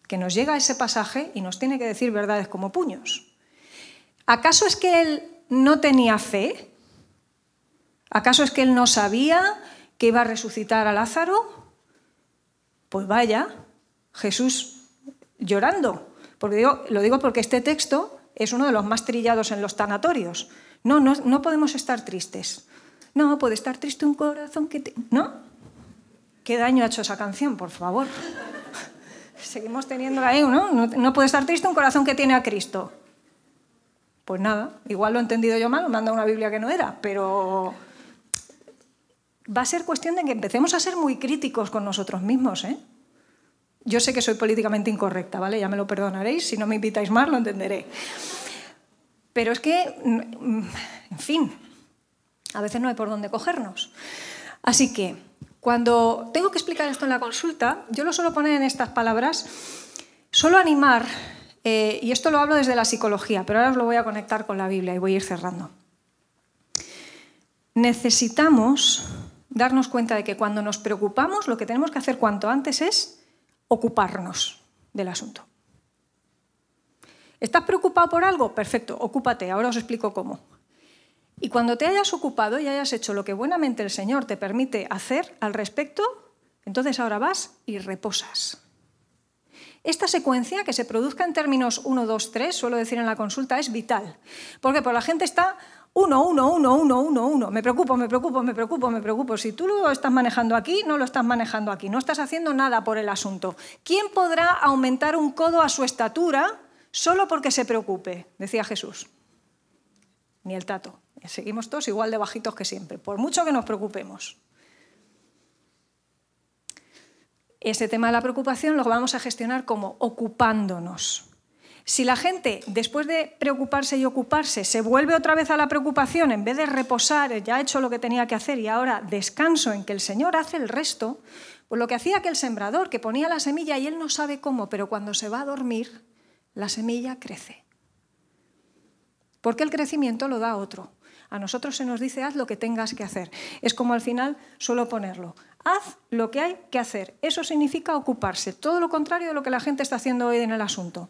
que nos llega ese pasaje y nos tiene que decir verdades como puños. ¿Acaso es que él no tenía fe? ¿Acaso es que él no sabía que iba a resucitar a Lázaro? Pues vaya, Jesús llorando. Porque digo, lo digo porque este texto es uno de los más trillados en los tanatorios. No, no, no podemos estar tristes. No, puede estar triste un corazón que te... ¿No? ¿Qué daño ha hecho esa canción, por favor? Seguimos teniéndola ahí, ¿no? ¿no? No puede estar triste un corazón que tiene a Cristo. Pues nada, igual lo he entendido yo mal, me han dado una Biblia que no era, pero va a ser cuestión de que empecemos a ser muy críticos con nosotros mismos, ¿eh? Yo sé que soy políticamente incorrecta, ¿vale? Ya me lo perdonaréis, si no me invitáis más lo entenderé. Pero es que, en fin, a veces no hay por dónde cogernos. Así que, cuando tengo que explicar esto en la consulta, yo lo suelo poner en estas palabras, suelo animar, eh, y esto lo hablo desde la psicología, pero ahora os lo voy a conectar con la Biblia y voy a ir cerrando. Necesitamos darnos cuenta de que cuando nos preocupamos, lo que tenemos que hacer cuanto antes es ocuparnos del asunto. ¿Estás preocupado por algo? Perfecto, ocúpate, ahora os explico cómo. Y cuando te hayas ocupado y hayas hecho lo que buenamente el Señor te permite hacer al respecto, entonces ahora vas y reposas. Esta secuencia, que se produzca en términos uno, dos, tres, suelo decir en la consulta, es vital. Porque por la gente está uno, uno, uno, uno, uno, uno. Me preocupo, me preocupo, me preocupo, me preocupo. Si tú lo estás manejando aquí, no lo estás manejando aquí. No estás haciendo nada por el asunto. ¿Quién podrá aumentar un codo a su estatura solo porque se preocupe? Decía Jesús. Ni el tato. Seguimos todos igual de bajitos que siempre, por mucho que nos preocupemos. Ese tema de la preocupación lo vamos a gestionar como ocupándonos. Si la gente, después de preocuparse y ocuparse, se vuelve otra vez a la preocupación, en vez de reposar, ya ha hecho lo que tenía que hacer y ahora descanso en que el Señor hace el resto, pues lo que hacía aquel sembrador, que ponía la semilla y él no sabe cómo, pero cuando se va a dormir, la semilla crece. Porque el crecimiento lo da otro. A nosotros se nos dice, haz lo que tengas que hacer. Es como al final suelo ponerlo. Haz lo que hay que hacer. Eso significa ocuparse. Todo lo contrario de lo que la gente está haciendo hoy en el asunto.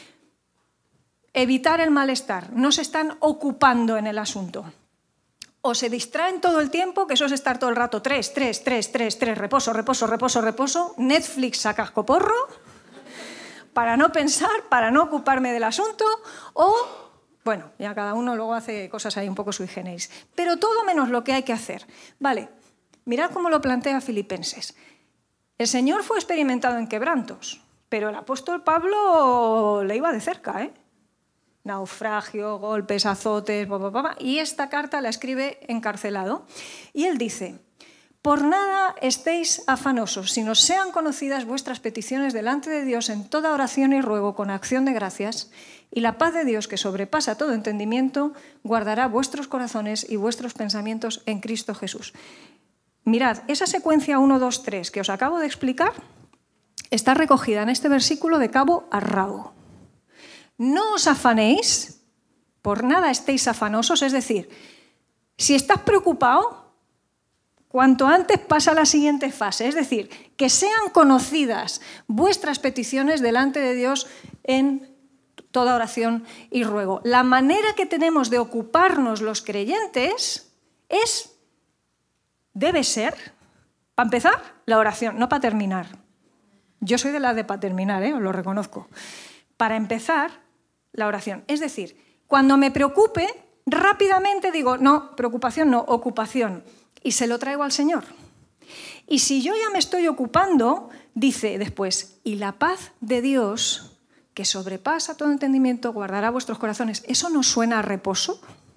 Evitar el malestar. No se están ocupando en el asunto. O se distraen todo el tiempo, que eso es estar todo el rato tres, tres, tres, tres, tres, reposo, reposo, reposo, reposo, Netflix a cascoporro, para no pensar, para no ocuparme del asunto, o... Bueno, ya cada uno luego hace cosas ahí un poco sui generis. Pero todo menos lo que hay que hacer. Vale, mirad cómo lo plantea Filipenses. El Señor fue experimentado en quebrantos, pero el apóstol Pablo le iba de cerca, ¿eh? Naufragio, golpes, azotes, bla, bla, bla, y esta carta la escribe encarcelado. Y él dice, por nada estéis afanosos, sino sean conocidas vuestras peticiones delante de Dios en toda oración y ruego con acción de gracias, y la paz de Dios, que sobrepasa todo entendimiento, guardará vuestros corazones y vuestros pensamientos en Cristo Jesús. Mirad, esa secuencia uno, dos, tres que os acabo de explicar está recogida en este versículo de cabo a rabo. No os afanéis, por nada estéis afanosos, es decir, si estás preocupado, cuanto antes pasa la siguiente fase, es decir, que sean conocidas vuestras peticiones delante de Dios en toda oración y ruego. La manera que tenemos de ocuparnos los creyentes es, debe ser, para empezar, la oración, no para terminar. Yo soy de la de para terminar, ¿eh? Os lo reconozco. Para empezar, la oración. Es decir, cuando me preocupe, rápidamente digo, no, preocupación no, ocupación. Y se lo traigo al Señor. Y si yo ya me estoy ocupando, dice después, y la paz de Dios, que sobrepasa todo entendimiento, guardará vuestros corazones. ¿Eso no suena a reposo?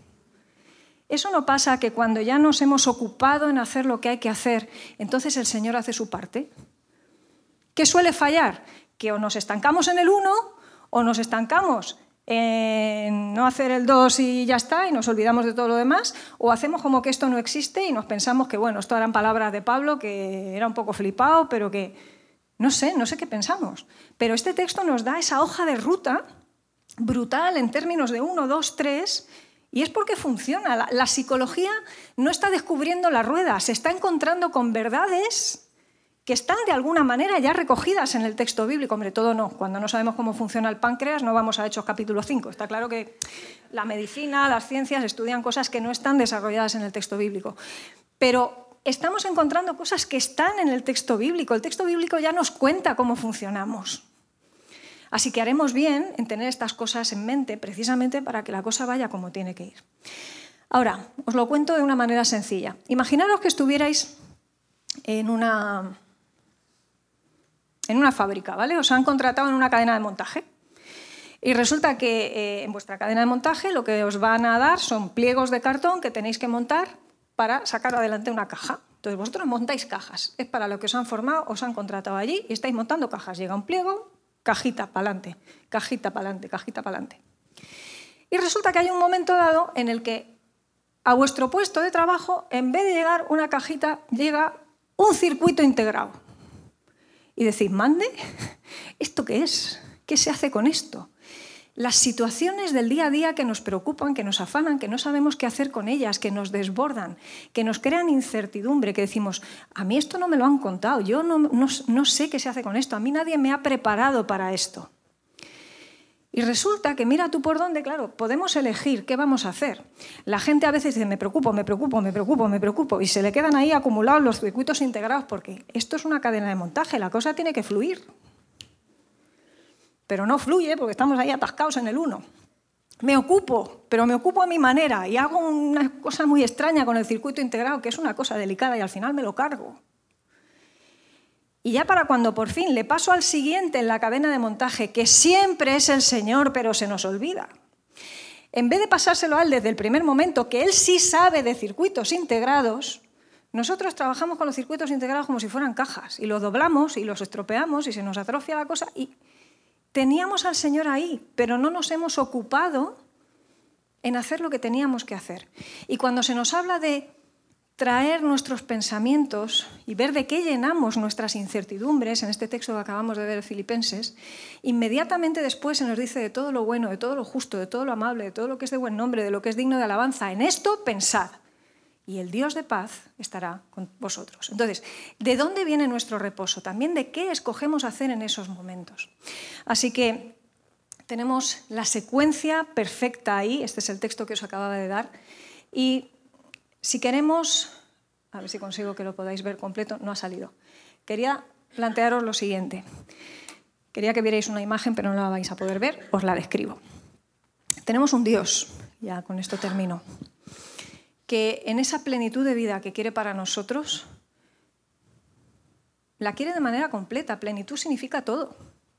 ¿Eso no pasa que cuando ya nos hemos ocupado en hacer lo que hay que hacer, entonces el Señor hace su parte? ¿Qué suele fallar? Que o nos estancamos en el uno o nos estancamos en no hacer el dos y ya está y nos olvidamos de todo lo demás, o hacemos como que esto no existe y nos pensamos que, bueno, esto eran palabras de Pablo, que era un poco flipado, pero que... No sé, no sé qué pensamos, pero este texto nos da esa hoja de ruta brutal en términos de uno, dos, tres, y es porque funciona. La, la psicología no está descubriendo la rueda, se está encontrando con verdades que están de alguna manera ya recogidas en el texto bíblico. Hombre, todo no. Cuando no sabemos cómo funciona el páncreas no vamos a Hechos capítulo cinco. Está claro que la medicina, las ciencias estudian cosas que no están desarrolladas en el texto bíblico. Pero estamos encontrando cosas que están en el texto bíblico. El texto bíblico ya nos cuenta cómo funcionamos. Así que haremos bien en tener estas cosas en mente precisamente para que la cosa vaya como tiene que ir. Ahora, os lo cuento de una manera sencilla. Imaginaros que estuvierais en una, en una fábrica, ¿vale? Os han contratado en una cadena de montaje y resulta que eh, en vuestra cadena de montaje lo que os van a dar son pliegos de cartón que tenéis que montar para sacar adelante una caja. Entonces vosotros montáis cajas. Es para lo que os han formado, os han contratado allí y estáis montando cajas. Llega un pliego, cajita para adelante, cajita para adelante, cajita para adelante. Y resulta que hay un momento dado en el que a vuestro puesto de trabajo, en vez de llegar una cajita, llega un circuito integrado. Y decís, mande, ¿esto qué es? ¿Qué se hace con esto? Las situaciones del día a día que nos preocupan, que nos afanan, que no sabemos qué hacer con ellas, que nos desbordan, que nos crean incertidumbre, que decimos, a mí esto no me lo han contado, yo no, no, no sé qué se hace con esto, a mí nadie me ha preparado para esto. Y resulta que mira tú por dónde, claro, podemos elegir qué vamos a hacer. La gente a veces dice, me preocupo, me preocupo, me preocupo, me preocupo, y se le quedan ahí acumulados los circuitos integrados porque esto es una cadena de montaje, la cosa tiene que fluir. Pero no fluye porque estamos ahí atascados en el uno. Me ocupo, pero me ocupo a mi manera y hago una cosa muy extraña con el circuito integrado, que es una cosa delicada y al final me lo cargo. Y ya para cuando por fin le paso al siguiente en la cadena de montaje, que siempre es el Señor, pero se nos olvida. En vez de pasárselo a él desde el primer momento, que él sí sabe de circuitos integrados, nosotros trabajamos con los circuitos integrados como si fueran cajas y los doblamos y los estropeamos y se nos atrofia la cosa. Y teníamos al Señor ahí, pero no nos hemos ocupado en hacer lo que teníamos que hacer. Y cuando se nos habla de traer nuestros pensamientos y ver de qué llenamos nuestras incertidumbres, en este texto que acabamos de ver de Filipenses, inmediatamente después se nos dice de todo lo bueno, de todo lo justo, de todo lo amable, de todo lo que es de buen nombre, de lo que es digno de alabanza. En esto pensad, y el Dios de paz estará con vosotros. Entonces, ¿de dónde viene nuestro reposo? También de qué escogemos hacer en esos momentos. Así que tenemos la secuencia perfecta ahí, este es el texto que os acababa de dar, y si queremos, a ver si consigo que lo podáis ver completo, no ha salido. Quería plantearos lo siguiente. Quería que vierais una imagen, pero no la vais a poder ver, os la describo. Tenemos un Dios, ya con esto termino, que en esa plenitud de vida que quiere para nosotros, la quiere de manera completa. Plenitud significa todo.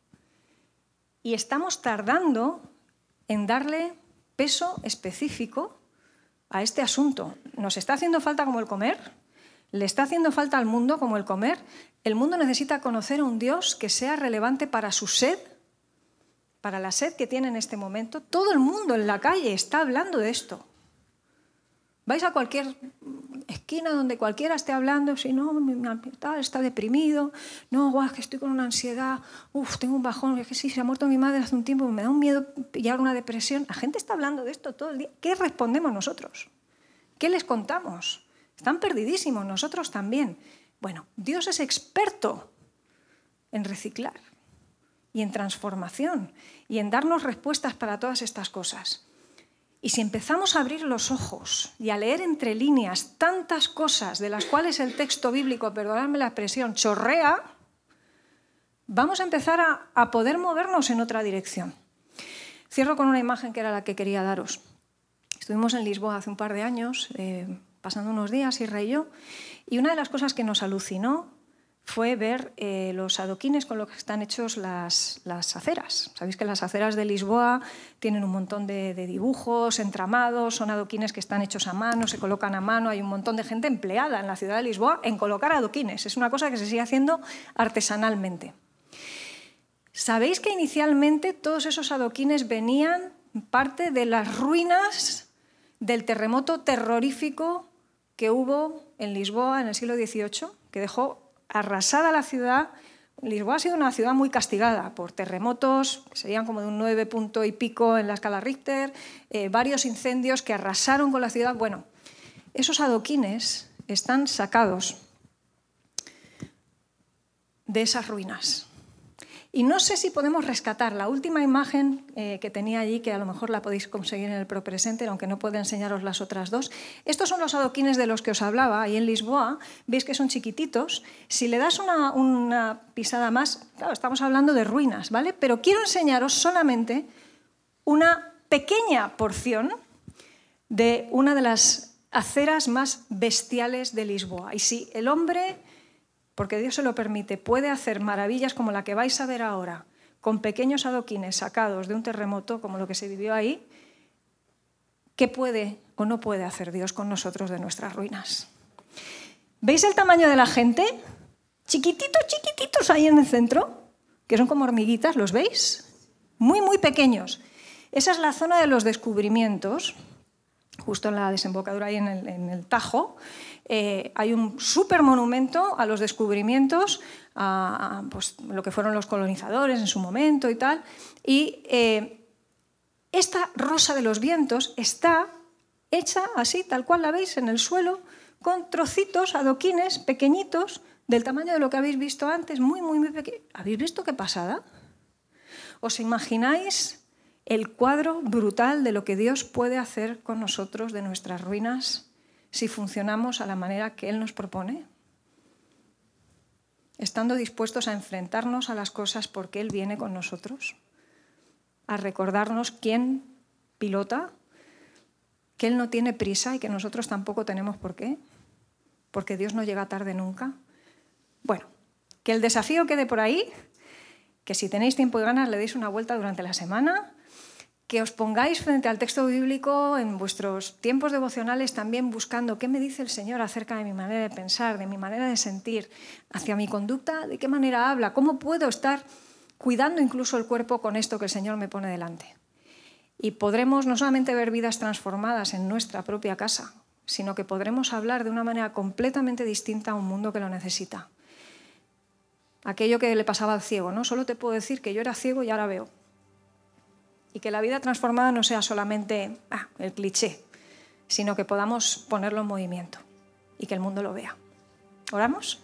Y estamos tardando en darle peso específico a este asunto. ¿Nos está haciendo falta como el comer? ¿Le está haciendo falta al mundo como el comer? El mundo necesita conocer a un Dios que sea relevante para su sed, para la sed que tiene en este momento. Todo el mundo en la calle está hablando de esto. Vais a cualquier esquina donde cualquiera esté hablando, si no, está deprimido, no, guau, es que estoy con una ansiedad, uf, tengo un bajón, es que sí, se ha muerto mi madre hace un tiempo, me da un miedo pillar una depresión. La gente está hablando de esto todo el día. ¿Qué respondemos nosotros? ¿Qué les contamos? Están perdidísimos, nosotros también. Bueno, Dios es experto en reciclar y en transformación y en darnos respuestas para todas estas cosas. Y si empezamos a abrir los ojos y a leer entre líneas tantas cosas de las cuales el texto bíblico, perdonadme la expresión, chorrea, vamos a empezar a, a poder movernos en otra dirección. Cierro con una imagen que era la que quería daros. Estuvimos en Lisboa hace un par de años, eh, pasando unos días, Isra y yo, y una de las cosas que nos alucinó fue ver eh, los adoquines con los que están hechos las, las aceras. Sabéis que las aceras de Lisboa tienen un montón de, de dibujos, entramados, son adoquines que están hechos a mano, se colocan a mano, hay un montón de gente empleada en la ciudad de Lisboa en colocar adoquines. Es una cosa que se sigue haciendo artesanalmente. ¿Sabéis que inicialmente todos esos adoquines venían parte de las ruinas del terremoto terrorífico que hubo en Lisboa en el siglo dieciocho, que dejó arrasada la ciudad? Lisboa ha sido una ciudad muy castigada por terremotos, que serían como de un nueve punto y pico en la escala Richter, eh, varios incendios que arrasaron con la ciudad. Bueno, esos adoquines están sacados de esas ruinas. Y no sé si podemos rescatar la última imagen eh, que tenía allí, que a lo mejor la podéis conseguir en el ProPresenter, aunque no puedo enseñaros las otras dos. Estos son los adoquines de los que os hablaba, ahí en Lisboa. Veis que son chiquititos. Si le das una, una pisada más, claro, estamos hablando de ruinas, ¿vale? Pero quiero enseñaros solamente una pequeña porción de una de las aceras más bestiales de Lisboa. Y si el hombre, porque Dios se lo permite, puede hacer maravillas como la que vais a ver ahora, con pequeños adoquines sacados de un terremoto como lo que se vivió ahí, ¿qué puede o no puede hacer Dios con nosotros de nuestras ruinas? ¿Veis el tamaño de la gente? Chiquititos, chiquititos ahí en el centro, que son como hormiguitas, ¿los veis? Muy, muy pequeños. Esa es la zona de los descubrimientos, justo en la desembocadura ahí en el, en el Tajo. Eh, hay un súper monumento a los descubrimientos, a, a pues, lo que fueron los colonizadores en su momento y tal. Y eh, esta rosa de los vientos está hecha así, tal cual la veis, en el suelo, con trocitos, adoquines pequeñitos, del tamaño de lo que habéis visto antes, muy, muy, muy pequeño. ¿Habéis visto qué pasada? ¿Os imagináis el cuadro brutal de lo que Dios puede hacer con nosotros de nuestras ruinas si funcionamos a la manera que Él nos propone? Estando dispuestos a enfrentarnos a las cosas porque Él viene con nosotros, a recordarnos quién pilota, que Él no tiene prisa y que nosotros tampoco tenemos por qué, porque Dios no llega tarde nunca. Bueno, que el desafío quede por ahí, que si tenéis tiempo y ganas le deis una vuelta durante la semana, que os pongáis frente al texto bíblico en vuestros tiempos devocionales también buscando qué me dice el Señor acerca de mi manera de pensar, de mi manera de sentir, hacia mi conducta, de qué manera habla, cómo puedo estar cuidando incluso el cuerpo con esto que el Señor me pone delante. Y podremos no solamente ver vidas transformadas en nuestra propia casa, sino que podremos hablar de una manera completamente distinta a un mundo que lo necesita. Aquello que le pasaba al ciego, ¿no? Solo te puedo decir que yo era ciego y ahora veo. Y que la vida transformada no sea solamente ah, el cliché, sino que podamos ponerlo en movimiento y que el mundo lo vea. ¿Oramos?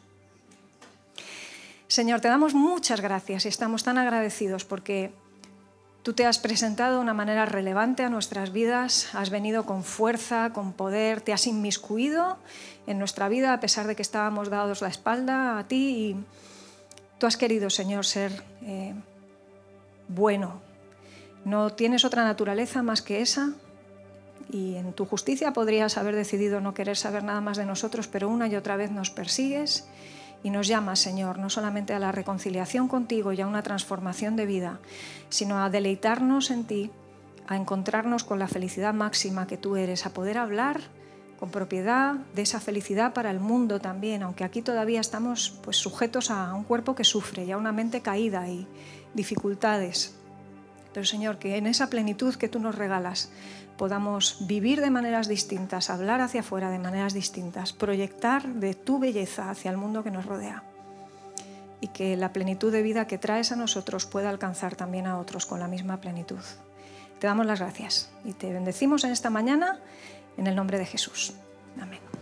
Señor, te damos muchas gracias y estamos tan agradecidos porque tú te has presentado de una manera relevante a nuestras vidas, has venido con fuerza, con poder, te has inmiscuido en nuestra vida a pesar de que estábamos dados la espalda a ti y tú has querido, Señor, ser eh, bueno. No tienes otra naturaleza más que esa y en tu justicia podrías haber decidido no querer saber nada más de nosotros, pero una y otra vez nos persigues y nos llamas, Señor, no solamente a la reconciliación contigo y a una transformación de vida, sino a deleitarnos en ti, a encontrarnos con la felicidad máxima que tú eres, a poder hablar con propiedad de esa felicidad para el mundo también, aunque aquí todavía estamos pues, sujetos a un cuerpo que sufre y a una mente caída y dificultades. Pero, Señor, que en esa plenitud que tú nos regalas podamos vivir de maneras distintas, hablar hacia afuera de maneras distintas, proyectar de tu belleza hacia el mundo que nos rodea y que la plenitud de vida que traes a nosotros pueda alcanzar también a otros con la misma plenitud. Te damos las gracias y te bendecimos en esta mañana en el nombre de Jesús. Amén.